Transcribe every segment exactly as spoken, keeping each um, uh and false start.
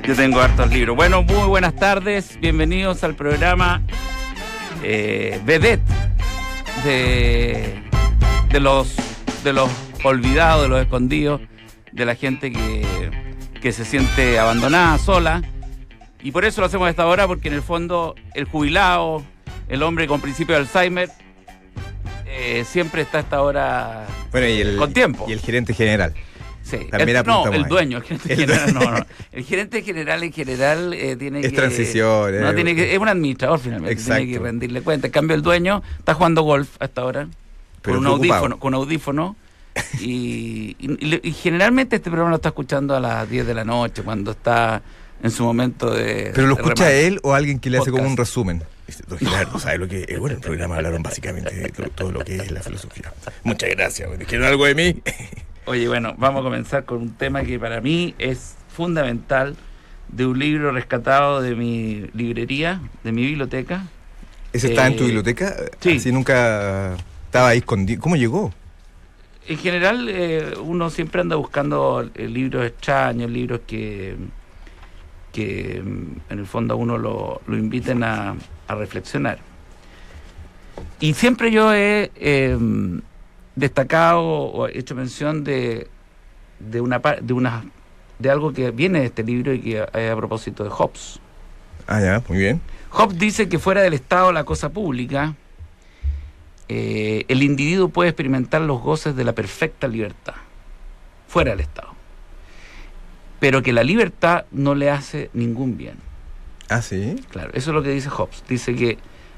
Yo tengo hartos libros. Bueno, muy buenas tardes. Bienvenidos al programa eh, Vedette de, de, los, de los olvidados, de los escondidos, de la gente que, que se siente abandonada, sola. Y por eso lo hacemos a esta hora, porque en el fondo el jubilado, el hombre con principio de Alzheimer, eh, siempre está a esta hora bueno, y el, con tiempo. Y el gerente general. Sí, También el, no, el ahí. dueño, el gerente el general, dueño. no, no. El gerente general en general eh, tiene es que... transición. No, eh, tiene que, es un administrador finalmente, exacto. tiene que rendirle cuenta. En cambio el dueño está jugando golf hasta ahora, Pero con un audífono, con audífono y, y, y generalmente este programa lo está escuchando a las diez de la noche, cuando está en su momento de... ¿Pero lo de escucha remate. él o alguien que le hace Podcast. como un resumen? Don Gerardo, ¿sabe lo que es? Bueno, el programa hablaron básicamente de todo, todo lo que es la filosofía. Muchas gracias. ¿Quieren algo de mí? Oye, bueno, vamos a comenzar con un tema que para mí es fundamental, de un libro rescatado de mi librería, de mi biblioteca. ¿Ese está Eh, en tu biblioteca? sí. Así nunca estaba ahí escondido. ¿Cómo llegó? En general, eh, uno siempre anda buscando eh, libros extraños, libros que, que en el fondo a uno lo, lo inviten a, a reflexionar. Y siempre yo he... Eh, destacado o hecho mención de de una de una de algo que viene de este libro y que es a propósito de Hobbes. Ah, ya, muy bien. Hobbes dice que fuera del Estado la cosa pública, eh, el individuo puede experimentar los goces de la perfecta libertad, fuera del Estado. Pero que la libertad no le hace ningún bien. Ah, sí. Claro, eso es lo que dice Hobbes. Dice que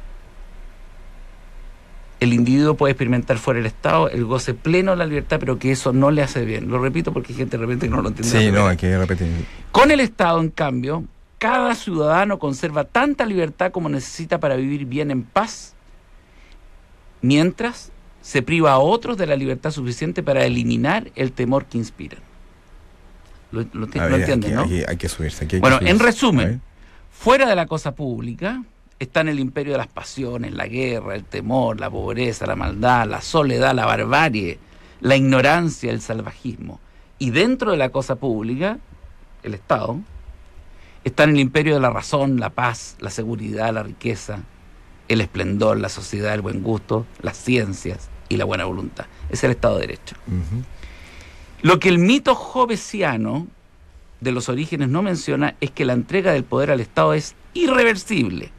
el individuo puede experimentar fuera del Estado el goce pleno de la libertad, pero que eso no le hace bien. Lo repito porque hay gente de repente que no lo entiende. Sí, no, hay que repetir. Con el Estado, en cambio, cada ciudadano conserva tanta libertad como necesita para vivir bien en paz, mientras se priva a otros de la libertad suficiente para eliminar el temor que inspiran. Lo, lo, A lo ver, entienden, aquí, ¿no? Aquí, hay que subirse. Aquí hay Bueno, que en subirse. resumen, fuera de la cosa pública están el imperio de las pasiones, la guerra, el temor, la pobreza, la maldad, la soledad, la barbarie, la ignorancia, el salvajismo. Y dentro de la cosa pública, el Estado, están el imperio de la razón, la paz, la seguridad, la riqueza, el esplendor, la sociedad, el buen gusto, las ciencias y la buena voluntad. Es el Estado de Derecho. Uh-huh. Lo que el mito hobbesiano de los orígenes no menciona es que la entrega del poder al Estado es irreversible.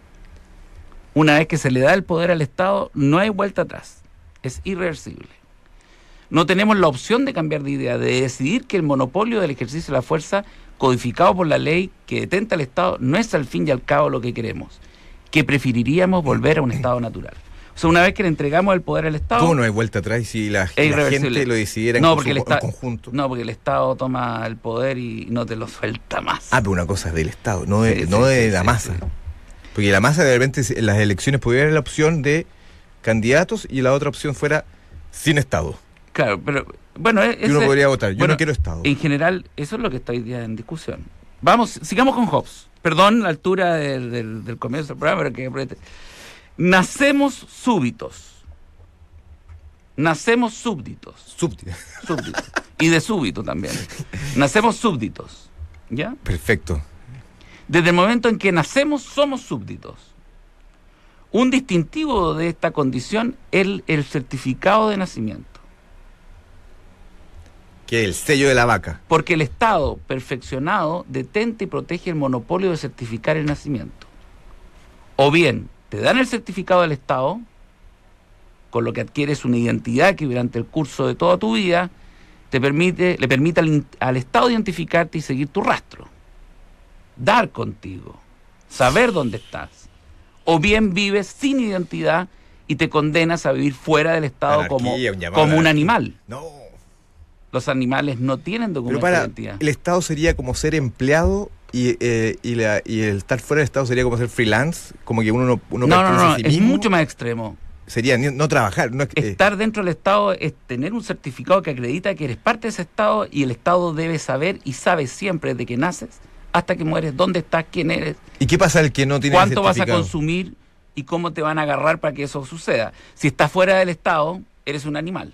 Una vez que se le da el poder al Estado, no hay vuelta atrás. Es irreversible. No tenemos la opción de cambiar de idea, de decidir que el monopolio del ejercicio de la fuerza, codificado por la ley que detenta al Estado, no es al fin y al cabo lo que queremos, que preferiríamos volver a un Estado natural. O sea, una vez que le entregamos el poder al Estado... ¿Cómo no hay vuelta atrás? Y si la, la gente lo decidiera en, no, su, porque el en esta- conjunto. No, porque el Estado toma el poder y no te lo suelta más. Ah, pero una cosa es del Estado, no de, Sí, no sí, de sí, la sí, masa. sí. Porque la masa de repente en las elecciones pudiera haber la opción de candidatos y la otra opción fuera sin Estado. Claro, pero... bueno, Y uno ese- podría votar, yo bueno, no quiero Estado. En general, eso es lo que está hoy día en discusión. Vamos, sigamos con Hobbes. Perdón la altura del, del, del comienzo del programa, pero que apriete. Nacemos súbitos. Nacemos súbditos. Súbdito. Súbditos. Y de súbito también. Nacemos súbditos. ¿Ya? Perfecto. Desde el momento en que nacemos, somos súbditos. Un distintivo de esta condición es el, el certificado de nacimiento. Que es el sello de la vaca. Porque el Estado perfeccionado detenta y protege el monopolio de certificar el nacimiento. O bien, te dan el certificado del Estado, con lo que adquieres una identidad que durante el curso de toda tu vida te permite, le permite al, al Estado identificarte y seguir tu rastro. Dar contigo, saber dónde estás. O bien vives sin identidad y te condenas a vivir fuera del Estado Anarquía, como, un llamado como a un la animal. No. Los animales no tienen Pero documento para, de identidad. el Estado sería como ser empleado y, eh, y, la, y el estar fuera del Estado sería como ser freelance, como que uno no uno No, no, pertenece no, a sí es mismo. mucho más extremo. Sería ni- no trabajar. No, es que- eh, Estar dentro del Estado es tener un certificado que acredita que eres parte de ese Estado y el Estado debe saber y sabe siempre desde que naces hasta que mueres dónde estás, quién eres, ¿Y qué pasa el que no tiene cuánto el vas a certificado? consumir y cómo te van a agarrar para que eso suceda. Si estás fuera del Estado, eres un animal,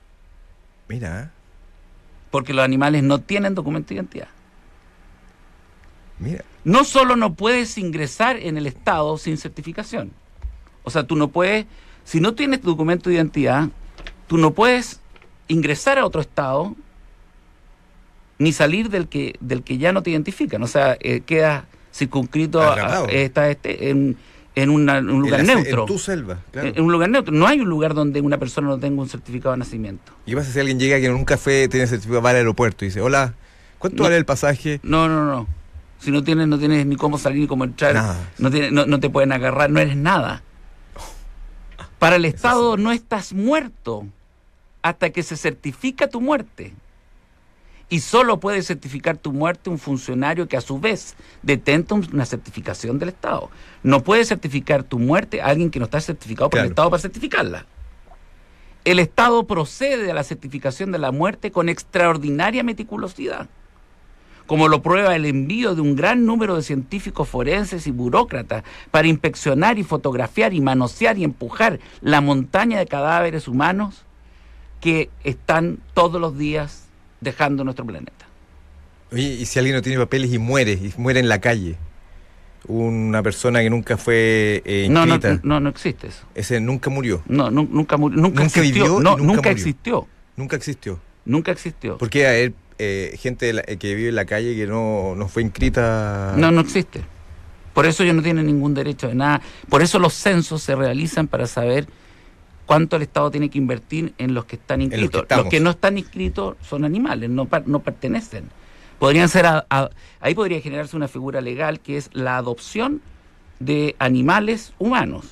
Mira, porque los animales no tienen documento de identidad. Mira. No solo no puedes ingresar en el Estado sin certificación. O sea, tú no puedes, si no tienes tu documento de identidad, tú no puedes ingresar a otro Estado ni salir del que del que ya no te identifican. O sea, eh, quedas circunscrito a, a, está este, en, en, una, en un lugar en la, neutro. En tu selva, claro. En, en un lugar neutro. No hay un lugar donde una persona no tenga un certificado de nacimiento. ¿Y qué pasa si alguien llega que en un café tiene certificado, va al aeropuerto y dice, hola, ¿cuánto no, vale el pasaje? No, no, no. Si no tienes, no tienes ni cómo salir ni cómo entrar, no, tienes, no, no te pueden agarrar, no eres nada. Para el Estado sí. No estás muerto hasta que se certifica tu muerte. Y solo puede certificar tu muerte un funcionario que a su vez detenta una certificación del Estado. No puede certificar tu muerte a alguien que no está certificado por claro. el Estado para certificarla. El Estado procede a la certificación de la muerte con extraordinaria meticulosidad, como lo prueba el envío de un gran número de científicos forenses y burócratas para inspeccionar y fotografiar y manosear y empujar la montaña de cadáveres humanos que están todos los días dejando nuestro planeta. Oye, ¿y si alguien no tiene papeles y muere, y muere en la calle? Una persona que nunca fue eh, inscrita. No, no, no, no existe eso. Ese nunca murió. No, no nunca murió. Nunca, nunca existió. Vivió no, nunca, nunca murió. existió. Nunca existió. Nunca existió. Porque hay eh, gente la, que vive en la calle que no, no fue inscrita. No, no existe. Por eso ellos no tienen ningún derecho de nada. Por eso los censos se realizan para saber cuánto el Estado tiene que invertir en los que están inscritos. Los que, los que no están inscritos son animales, no, no pertenecen. Podrían ser a, a, ahí podría generarse una figura legal que es la adopción de animales humanos.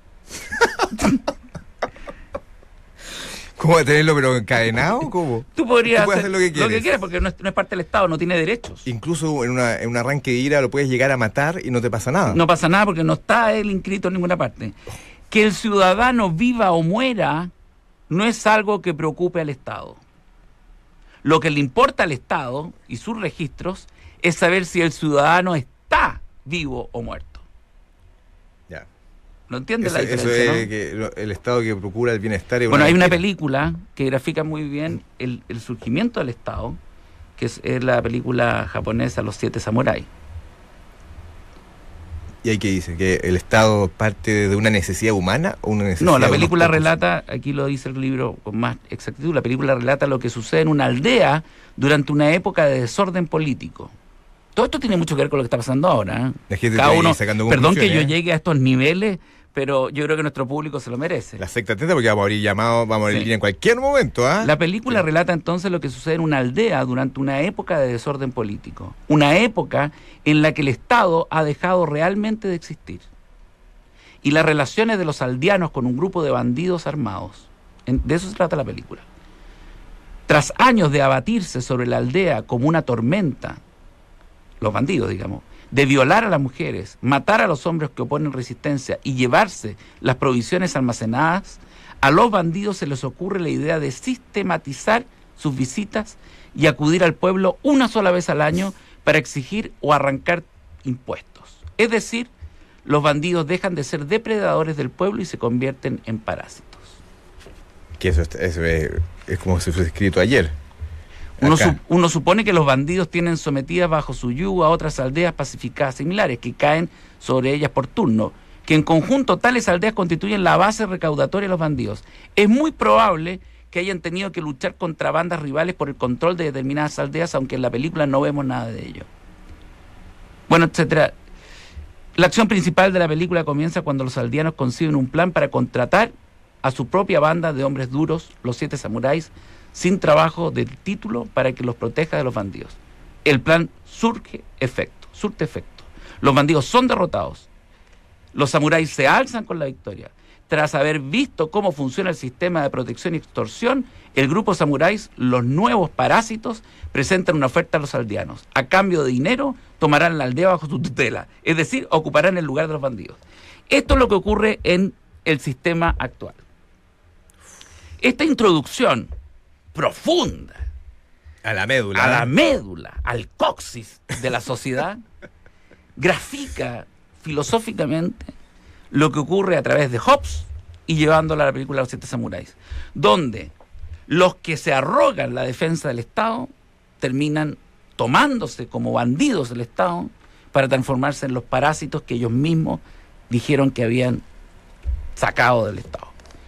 ¿Cómo tenerlo pero encadenado? ¿Cómo? Tú podrías ¿Tú hacer, hacer lo que quieres. Lo que quieras porque no es, no es parte del Estado, no tiene derechos. Incluso en, una, en un arranque de ira lo puedes llegar a matar y no te pasa nada. No pasa nada porque no está él inscrito en ninguna parte. Oh. Que el ciudadano viva o muera no es algo que preocupe al Estado. Lo que le importa al Estado y sus registros es saber si el ciudadano está vivo o muerto. Ya. ¿No entiendes eso, la diferencia? Eso es ¿no? que el Estado que procura el bienestar. Es bueno, una hay mentira. una película que grafica muy bien el, el surgimiento del Estado, que es, es la película japonesa Los Siete Samuráis. ¿Y ahí qué dice? ¿Que el Estado parte de una necesidad humana o una necesidad? No, la película relata, aquí lo dice el libro con más exactitud, la película relata lo que sucede en una aldea durante una época de desorden político. Todo esto tiene mucho que ver con lo que está pasando ahora. ¿eh? Cada uno, perdón que yo llegue a estos niveles, pero yo creo que nuestro público se lo merece. La secta atenta porque vamos a abrir llamado, vamos a abrir sí. en cualquier momento. ¿eh? La película sí. relata entonces lo que sucede en una aldea durante una época de desorden político. Una época en la que el Estado ha dejado realmente de existir. Y las relaciones de los aldeanos con un grupo de bandidos armados. En, de eso se trata la película. Tras años de abatirse sobre la aldea como una tormenta, los bandidos, digamos, de violar a las mujeres, matar a los hombres que oponen resistencia y llevarse las provisiones almacenadas, a los bandidos se les ocurre la idea de sistematizar sus visitas y acudir al pueblo una sola vez al año para exigir o arrancar impuestos. Es decir, los bandidos dejan de ser depredadores del pueblo y se convierten en parásitos. Que eso, eso es, es como si fuese escrito ayer. Uno, su, uno supone que los bandidos tienen sometidas bajo su yugo a otras aldeas pacificadas similares que caen sobre ellas por turno, que en conjunto tales aldeas constituyen la base recaudatoria de los bandidos. Es muy probable que hayan tenido que luchar contra bandas rivales por el control de determinadas aldeas, aunque en la película no vemos nada de ello. Bueno, etcétera. La acción principal de la película comienza cuando los aldeanos conciben un plan para contratar a su propia banda de hombres duros, los Siete Samuráis, sin trabajo del título para que los proteja de los bandidos. El plan surge efecto, surte efecto. Los bandidos son derrotados. Los samuráis se alzan con la victoria. Tras haber visto cómo funciona el sistema de protección y extorsión, el grupo samuráis, los nuevos parásitos, presentan una oferta a los aldeanos. A cambio de dinero, tomarán la aldea bajo su tutela, es decir, ocuparán el lugar de los bandidos. Esto es lo que ocurre en el sistema actual. Esta introducción profunda a la médula, a la médula, al coxis de la sociedad, grafica filosóficamente lo que ocurre a través de Hobbes y llevándola a la película Los Siete Samuráis, donde los que se arrogan la defensa del Estado terminan tomándose como bandidos del Estado para transformarse en los parásitos que ellos mismos dijeron que habían sacado del Estado.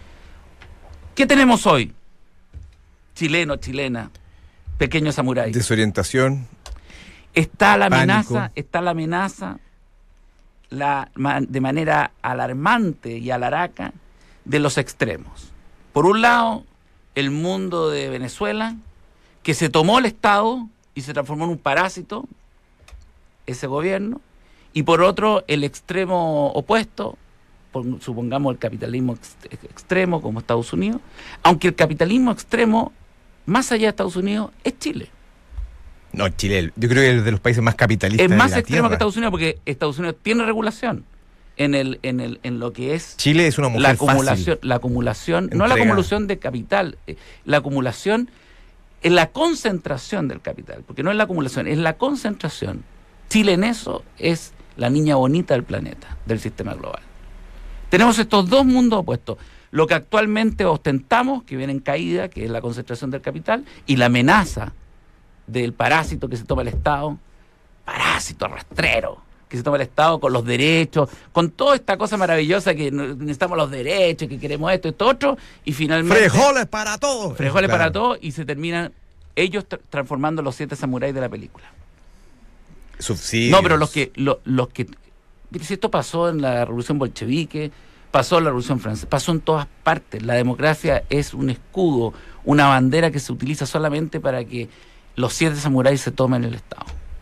¿Qué tenemos hoy? Chileno, chilena, pequeño samurái. Desorientación. Está la pánico. amenaza, está la amenaza la, de manera alarmante y alaraca de los extremos. Por un lado, el mundo de Venezuela, que se tomó el Estado y se transformó en un parásito, ese gobierno, y por otro, el extremo opuesto, por, supongamos el capitalismo ex, extremo como Estados Unidos, aunque el capitalismo extremo, más allá de Estados Unidos, es Chile. No, Chile, yo creo que es de los países más capitalistas Es de más la extremo tierra. que Estados Unidos porque Estados Unidos tiene regulación en el en el en lo que es Chile es una mujer la acumulación, fácil. la acumulación, no la Entrega. acumulación de capital, eh, la acumulación en la concentración del capital, porque no es la acumulación, es la concentración. Chile en eso es la niña bonita del planeta, del sistema global. Tenemos estos dos mundos opuestos, lo que actualmente ostentamos, que viene en caída, que es la concentración del capital, y la amenaza del parásito que se toma el Estado, parásito rastrero, que se toma el Estado con los derechos, con toda esta cosa maravillosa que necesitamos los derechos, que queremos esto, esto, otro, y finalmente... ¡Frijoles para todos! Frijoles Claro. para todos, y se terminan ellos tra- transformando los siete samuráis de la película. Subsidios. No, pero los que... Lo, los que si esto pasó en la Revolución Bolchevique, pasó en la Revolución Francesa, pasó en todas partes. La democracia es un escudo, una bandera que se utiliza solamente para que los siete samuráis se tomen el Estado.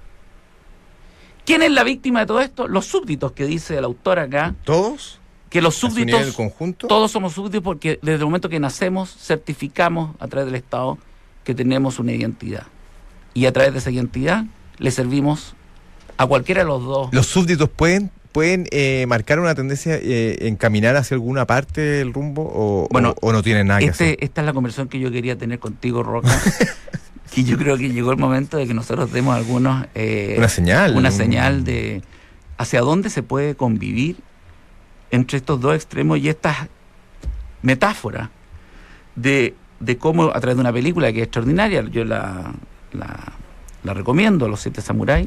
¿Quién es la víctima de todo esto? Los súbditos, que dice el autor acá, ¿Todos? que los ¿A su súbditos, nivel conjunto? todos somos súbditos porque desde el momento que nacemos certificamos a través del Estado que tenemos una identidad. Y a través de esa identidad le servimos a cualquiera de los dos. ¿Los súbditos pueden, pueden eh, marcar una tendencia, eh, encaminar hacia alguna parte del rumbo o, Bueno, o, o no tienen nada que hacer? Este, esta es la conversación que yo quería tener contigo, Roca. Y yo creo que llegó el momento de que nosotros demos algunos... eh, Una señal. Una un- señal de hacia dónde se puede convivir entre estos dos extremos y estas metáforas de, de cómo, a través de una película que es extraordinaria, yo la, la, la recomiendo, Los Siete Samuráis,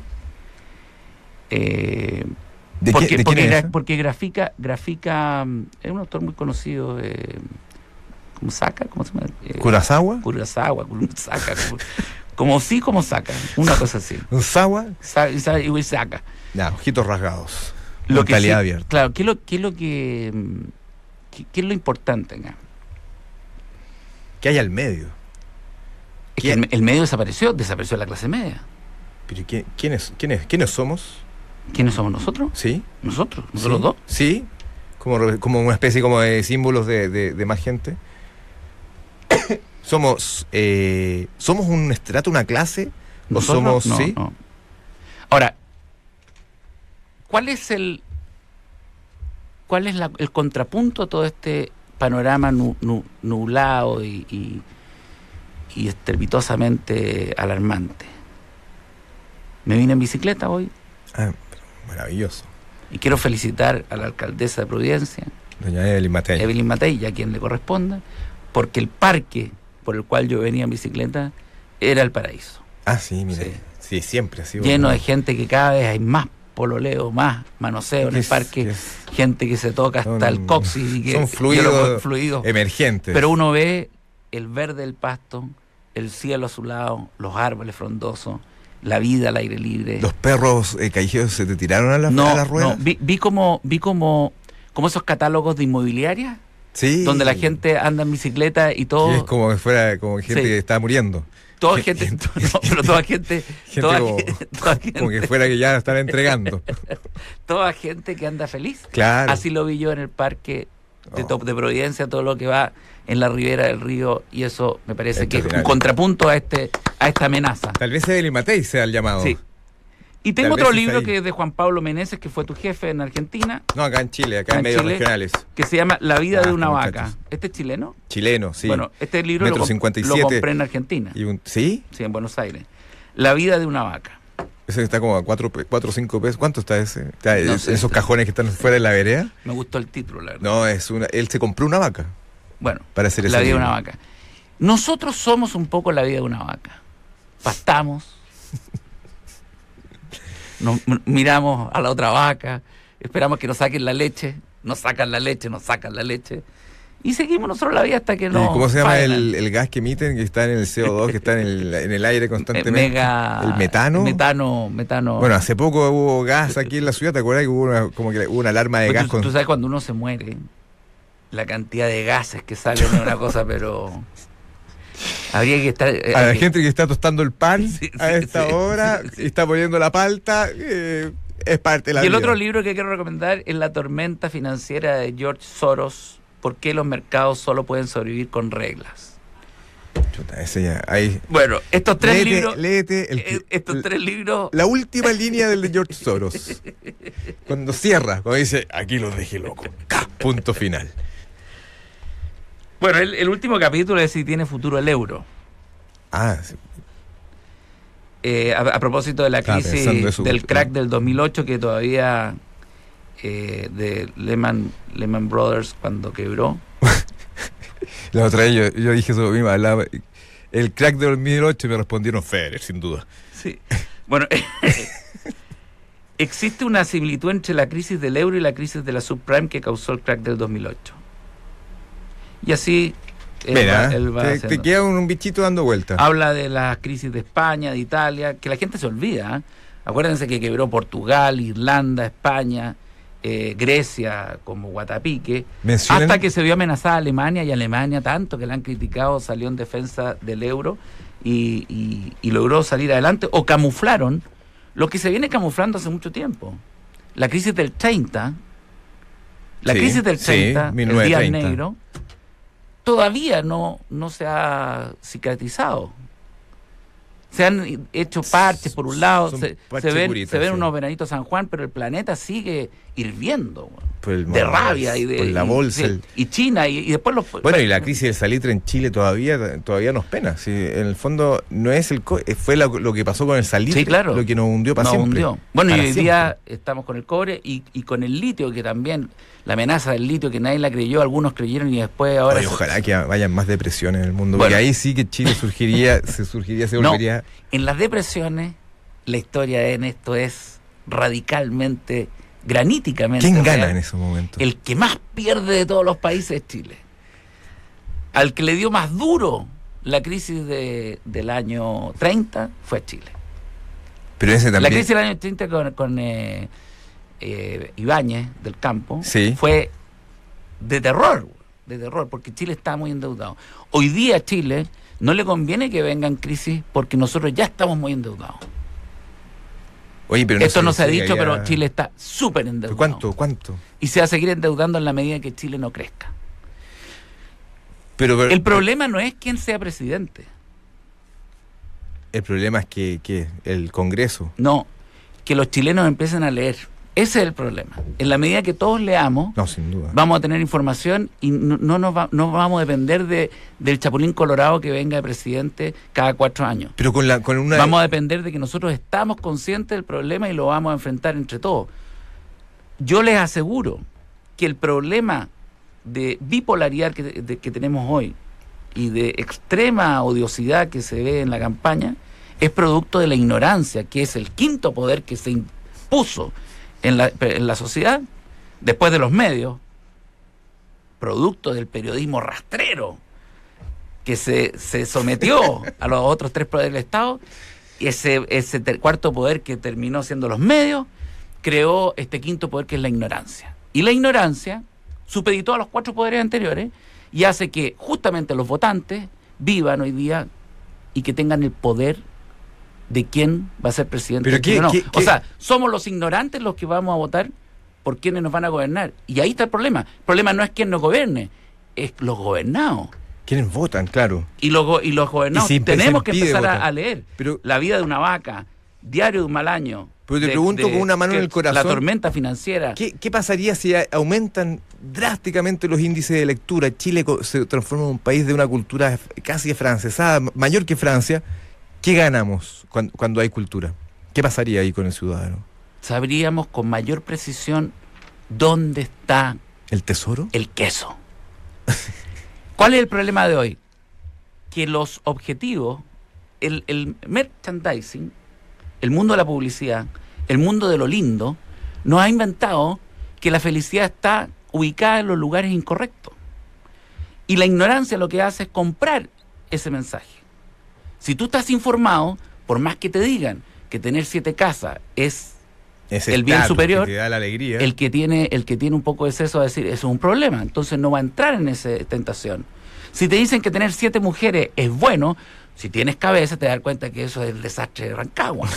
eh, ¿De, porque, qué, de porque, quién es gra- esa? porque grafica, grafica, mm, es un autor muy conocido, eh, como Saka, ¿cómo se llama? Eh, ¿Kurosawa? Kurosawa, Kurosaka, como, como sí, como Saka, una cosa así. ¿Un Sawa? Sa- Sa- y Saka. No, ojitos rasgados. Lo que Mentalidad sí- abierta. Claro, ¿qué es lo, qué es lo que mm, qué, qué es lo importante acá? ¿Qué hay al medio? Es que ¿Quién? el, el medio desapareció, desapareció la clase media. ¿Pero quién, quiénes, quiénes, quiénes somos? ¿Quiénes somos nosotros? ¿Sí? Nosotros, nosotros ¿Sí? dos. Sí, como, re- como una especie como de símbolos de, de, de más gente. Somos eh, somos un estrato, una clase, o ¿Nosotros? somos, No, sí. no. Ahora, ¿cuál es el cuál es la- el contrapunto a todo este panorama nu- nu- nublado y, y, y estrepitosamente alarmante? Me vine en bicicleta hoy Ah, maravilloso. y quiero felicitar a la alcaldesa de Providencia, Doña Evelyn Matei. Evelyn Matei, a quien le corresponda, porque el parque por el cual yo venía en bicicleta era el paraíso. Ah, sí, mire. Sí. Sí, siempre así. Lleno bueno. de gente que cada vez hay más pololeo, más manoseo en Que el es- parque, que es- gente que se toca hasta son- el coxis y que son yo fluidos, lo- fluidos. emergentes. Pero uno ve el verde del pasto, el cielo a su lado, los árboles frondosos, la vida al aire libre. Los perros eh, callejeros se te tiraron a la, no, a la rueda. no, vi, vi como vi como como esos catálogos de inmobiliarias Sí. donde la gente anda en bicicleta y todo. Que es como que fuera como gente Sí. que está muriendo. Toda Gente- gente, no, pero toda gente, Gente toda, como- gente- toda gente, Como que fuera que ya la están entregando. toda gente que anda feliz. Claro. Así lo vi yo en el parque de, Oh. Top de Providencia, todo lo que va en la ribera del río, y eso me parece que es un Extraordinario. contrapunto a este a esta amenaza. Tal vez Evelyn Matei sea el llamado. Sí. Y tengo Tal otro vez es libro ahí. que es de Juan Pablo Meneses, que fue tu jefe en Argentina, No, acá en Chile, acá Ah, en en medios Chile. regionales. que se llama La vida Ah, de una muchachos. vaca. ¿Este es chileno? Chileno, sí. Bueno, este libro lo, Metro comp- cincuenta y lo siete. compré en Argentina, Y un, ¿Sí? sí, en Buenos Aires. La vida de una vaca. Ese está como a cuatro o cinco pesos. ¿Cuánto está ese? ¿Está No es- sé, esos está- cajones que están fuera de la vereda? Me gustó el título, la verdad. No, es una. Él se compró una vaca Bueno, para hacer ese la vida de libro. una vaca. Nosotros somos un poco la vida de una vaca. Pastamos, nos m- miramos a la otra vaca, esperamos que nos saquen la leche, nos sacan la leche, nos sacan la leche, y seguimos nosotros la vida hasta que no. ¿Y cómo se llama faenan. el, el gas que emiten, que está en el C O dos, que está en el, en el aire constantemente? Mega, ¿El metano? Metano, metano. Bueno, hace poco hubo gas aquí en la ciudad, ¿te acuerdas que hubo una, como que hubo una alarma de Pues gas? tú, Con... tú sabes cuando uno se muere, la cantidad de gases que salen es una cosa, pero habría que estar. eh, A la que- gente que está tostando el pan Sí, a sí, esta sí, hora, sí, sí. y está poniendo la palta, eh, es parte de la Y el vida. otro libro que quiero recomendar es La tormenta financiera de George Soros. ¿Por qué los mercados solo pueden sobrevivir con reglas? Chuta, ese ya, ahí. Bueno, estos tres léete, libros. léete el, eh, estos el- tres libros. la última línea del de George Soros. Cuando cierra, cuando dice, aquí los dejé loco. Ca, punto final. Bueno, el, el último capítulo es si tiene futuro el euro. Ah, sí. Eh, a, a propósito de la Estaba crisis pensando eso. del crack del dos mil ocho, que todavía eh, de Lehman, Lehman Brothers cuando quebró. La otra vez yo, yo dije eso mismo, hablaba, el crack de dos mil ocho, y me respondieron Federer, sin duda. Sí. Bueno, existe una similitud entre la crisis del euro y la crisis de la subprime que causó el crack del dos mil ocho. Y así él Mira, va- él va te, haciendo. te queda un, un bichito dando vueltas. Habla de las crisis de España, de Italia, que la gente se olvida. ¿eh? Acuérdense que quebró Portugal, Irlanda, España, eh, Grecia, como Guatapique, Mencionen- hasta que se vio amenazada Alemania, y Alemania, tanto que la han criticado, salió en defensa del euro y, y- y logró salir adelante, o camuflaron lo que se viene camuflando hace mucho tiempo. La crisis del treinta, la Sí, crisis del sí, treinta, mil el novecientos día treinta. negro, todavía no, no se ha cicatrizado. Se han hecho parches por un lado, Son se, parches se ven, curitas, se ven sí. unos venaditos San Juan, pero el planeta sigue hirviendo, güey, Por el de mo- rabia y de por la y- bolsa. sí, el- y China y, y después los Bueno, y la crisis del salitre en Chile todavía todavía nos pena. Sí, en el fondo no es el co- fue lo, lo que pasó con el salitre, Sí, claro. lo que nos hundió para nos siempre. hundió. Bueno, Para y hoy siempre. día estamos con el cobre y, y con el litio, que también la amenaza del litio, que nadie la creyó, algunos creyeron y después ahora Oye, se- ojalá que vayan más depresiones en el mundo, Bueno. porque ahí sí que Chile surgiría, se surgiría, se No. volvería. en las depresiones la historia en esto es radicalmente, graníticamente ¿Quién gana real. en esos momentos? El que más pierde de todos los países es Chile. Al que le dio más duro la crisis de, del año treinta fue Chile. Pero ese La también. crisis del año treinta con, con eh, eh, Ibáñez del Campo Sí. fue de terror, de terror, porque Chile está muy endeudado. Hoy día a Chile no le conviene que vengan crisis porque nosotros ya estamos muy endeudados. Oye, pero Esto se no se ha decía dicho, ya- pero Chile está súper ¿Pero endeudado. ¿Cuánto? ¿Cuánto? Y se va a seguir endeudando en la medida que Chile no crezca. Pero, pero- El problema no es quién sea presidente. el problema es que, que el Congreso. No, que los chilenos empiecen a leer. Ese es el problema. En la medida que todos leamos, No, sin duda. vamos a tener información y no, no, nos va- no vamos a depender de, del chapulín colorado que venga de presidente cada cuatro años. Pero con la con una. Vamos a depender de que nosotros estamos conscientes del problema y lo vamos a enfrentar entre todos. Yo les aseguro que el problema de bipolaridad que, de- que tenemos hoy y de extrema odiosidad que se ve en la campaña es producto de la ignorancia, que es el quinto poder que se impuso en la, en la sociedad después de los medios, producto del periodismo rastrero que se, se sometió a los otros tres poderes del Estado, y ese, ese ter- cuarto poder que terminó siendo los medios, creó este quinto poder que es la ignorancia. Y la ignorancia supeditó a los cuatro poderes anteriores y hace que justamente los votantes vivan hoy día y que tengan el poder de quién va a ser presidente. Pero y quién qué- no. qué- O qué- sea, somos los ignorantes los que vamos a votar por quiénes nos van a gobernar. Y ahí está el problema. El problema no es quién nos gobierne, es los gobernados. ¿Quiénes votan? Claro. Y los, go- y los gobernados Y si empe- tenemos se que impide empezar a, votar. a leer Pero- La vida de una vaca, Diario de un mal año. Pero te pregunto con una mano en el corazón, La tormenta financiera. ¿Qué, qué pasaría si a- aumentan drásticamente los índices de lectura? Chile co- se transforma en un país de una cultura f- casi francesada, m- mayor que Francia. ¿Qué ganamos cuando, cuando hay cultura? ¿Qué pasaría ahí con el ciudadano? Sabríamos con mayor precisión dónde está ¿El tesoro? el queso. ¿Cuál es el problema de hoy? Que los objetivos, el, el merchandising, el mundo de la publicidad, el mundo de lo lindo, nos ha inventado que la felicidad está ubicada en los lugares incorrectos. Y la ignorancia lo que hace es comprar ese mensaje. Si tú estás informado, por más que te digan que tener siete casas es Ese el bien estatus superior, que te da la alegría. el que tiene el que tiene un poco de exceso va a decir, eso es un problema, entonces no va a entrar en esa tentación. Si te dicen que tener siete mujeres es bueno, si tienes cabeza te das cuenta que eso es el desastre de Rancagua.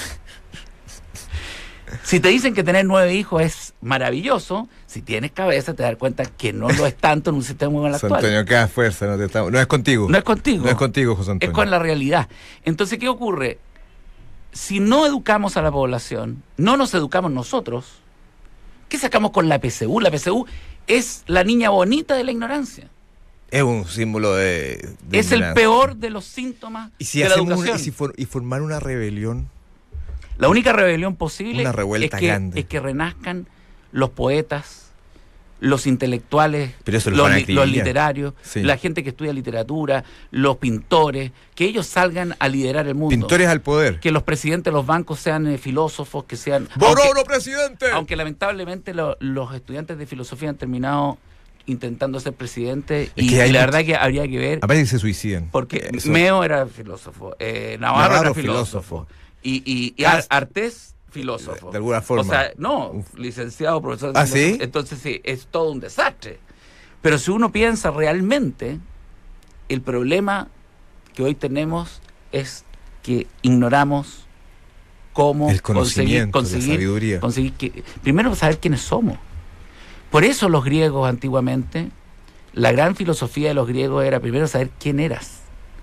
Si te dicen que tener nueve hijos es maravilloso, si tienes cabeza te das cuenta que no lo es tanto en un sistema como el José actual. Antonio, cada fuerza, no, te estamos... no es contigo. No es contigo. No es contigo, José Antonio. Es con la realidad. Entonces, ¿qué ocurre? Si no educamos a la población, no nos educamos nosotros, ¿qué sacamos con la P C U? La P C U es la niña bonita de la ignorancia. Es un símbolo de... de Es el ignorancia. peor de los síntomas ¿Y si de la hacemos educación. una- y, si for- y formar una rebelión? La única rebelión posible Una revuelta es, que, grande. es que renazcan los poetas, los intelectuales, Pero eso los los, van a li- los acribillar. literarios, Sí. la gente que estudia literatura, los pintores, que ellos salgan a liderar el mundo. Pintores al poder. Que los presidentes de los bancos sean eh, filósofos, que sean... ¡Bororo, aunque, presidente! aunque lamentablemente lo- los estudiantes de filosofía han terminado intentando ser presidentes y, que hay y la mucho- verdad que habría que ver... Aparte que se suicidan. Porque Eso- Meo era filósofo, eh, Navarro, Navarro, era filósofo, filósofo. y, y, y Cas- Ar- Artés, filósofo. De- de alguna forma. O sea, no, Uf. licenciado, profesor. de ¿Ah, filosofía. sí? Entonces sí, es todo un desastre. Pero si uno piensa realmente, el problema que hoy tenemos es que ignoramos cómo El conocimiento, conseguir, la sabiduría. conseguir que, primero saber quiénes somos. Por eso los griegos antiguamente, la gran filosofía de los griegos era primero saber quién eras,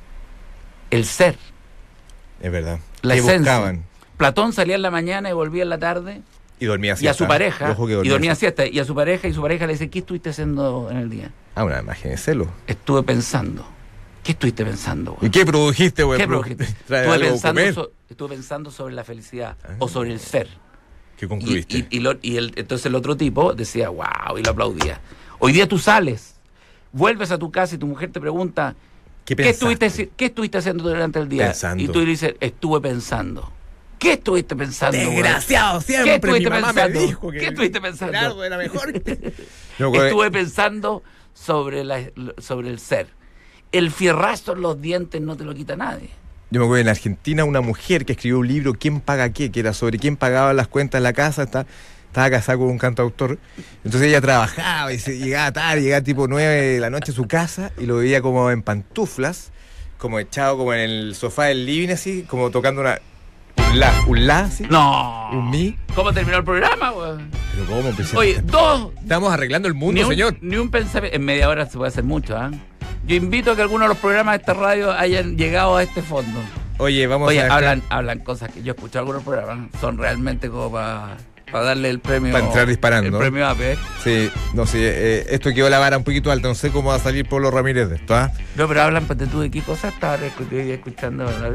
el ser, Es verdad. la ¿Qué esencia. buscaban? Platón salía en la mañana y volvía en la tarde, Y dormía y a siesta. su pareja, Ojo que y dormía siesta. siesta, y a su pareja, y su pareja le dice, ¿qué estuviste haciendo en el día? Ah, una imagen de celo. Estuve pensando. ¿Qué estuviste pensando, güey? ¿Y qué produjiste, güey? ¿Qué produjiste? ¿Trae Estuve algo a pensando, comer? so- estuve pensando sobre la felicidad Ah. o sobre el ser. ¿Qué Y, concluiste? y, y lo- y el- entonces el otro tipo decía, wow, y lo aplaudía. Hoy día tú sales, vuelves a tu casa y tu mujer te pregunta, ¿Qué ¿qué pensaste? estuviste, ¿qué estuviste haciendo durante el día? Pensando. Y tú le dices, estuve pensando. ¿Qué estuviste pensando, güey? Desgraciado, ¿Qué siempre estuviste mi mamá pensando? me dijo que ¿Qué estuviste pensando? Gerardo era mejor. No, güey, Estuve pensando sobre, la, sobre el ser. El fierrazo en los dientes no te lo quita nadie. Yo me acuerdo en Argentina una mujer que escribió un libro ¿Quién paga qué? Que era sobre quién pagaba las cuentas en la casa. Está, estaba casada con un cantautor. Entonces ella trabajaba y se, llegaba tarde, llegaba tipo nueve de la noche a su casa y lo veía como en pantuflas, como echado como en el sofá del living así, como tocando una un la, un la así, No. un mi. ¿Cómo terminó el programa, güey? Pero cómo, presidente? Oye, dos. Estamos arreglando el mundo, Ni un, señor. ni un pensamiento. En media hora se puede hacer mucho, ¿ah? Yo invito a que algunos de los programas de esta radio hayan llegado a este fondo. Oye, vamos Oye, a dejar- hablan, hablan cosas que yo he escuchado algunos programas. Son realmente como para darle el premio. Pa' entrar disparando. El premio A P. Sí, no sé, eh, esto quedó la vara un poquito alta, no sé cómo va a salir Pablo Ramírez de esto, ¿ah? No, pero hablan, pues, de tú, ¿de qué cosas estaba escu- escuchando hablar?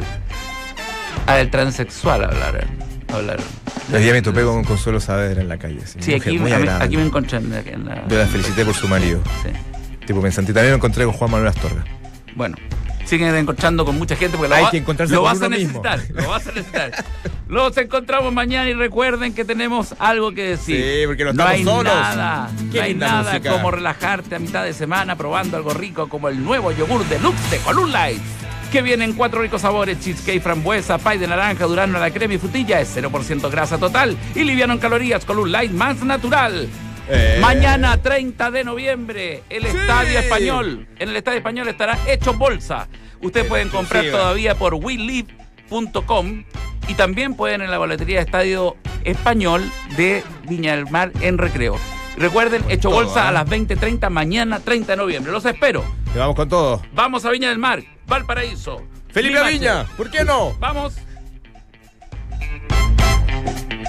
Ah, del transexual hablaron. hablaron. El día me topé con Consuelo Saavedra en la calle. Sí, Sí, mujer aquí, muy a mí- agradable. aquí me encontré en la... en la- Yo la felicité por su marido, sí. tipo pensante. Y también me encontré con Juan Manuel Astorga. Bueno, siguen encontrando con mucha gente porque lo, Hay va- que encontrarse lo con vas a uno mismo. necesitar. Lo vas a necesitar. Los encontramos mañana y recuerden que tenemos algo que decir. Sí, porque no no estamos hay solos. nada, Qué no hay linda nada música. como relajarte a mitad de semana probando algo rico como el nuevo yogur deluxe de Column Light, que viene en cuatro ricos sabores: cheesecake, frambuesa, pie de naranja, durazno a la crema y frutilla. Es cero por ciento grasa total y liviano en calorías. Column Light más natural. Eh. Mañana, treinta de noviembre, el Sí. Estadio Español. En el Estadio Español estará hecho bolsa. Ustedes pueden comprar Exclusiva. todavía por we live punto com y también pueden en la boletería de Estadio Español de Viña del Mar en Recreo. Recuerden, hecho todo, bolsa ¿eh? a las veinte treinta mañana, treinta de noviembre. Los espero. Le vamos con todo. Vamos a Viña del Mar, Valparaíso. Felipe Limache. Viña, ¿por qué no? Vamos.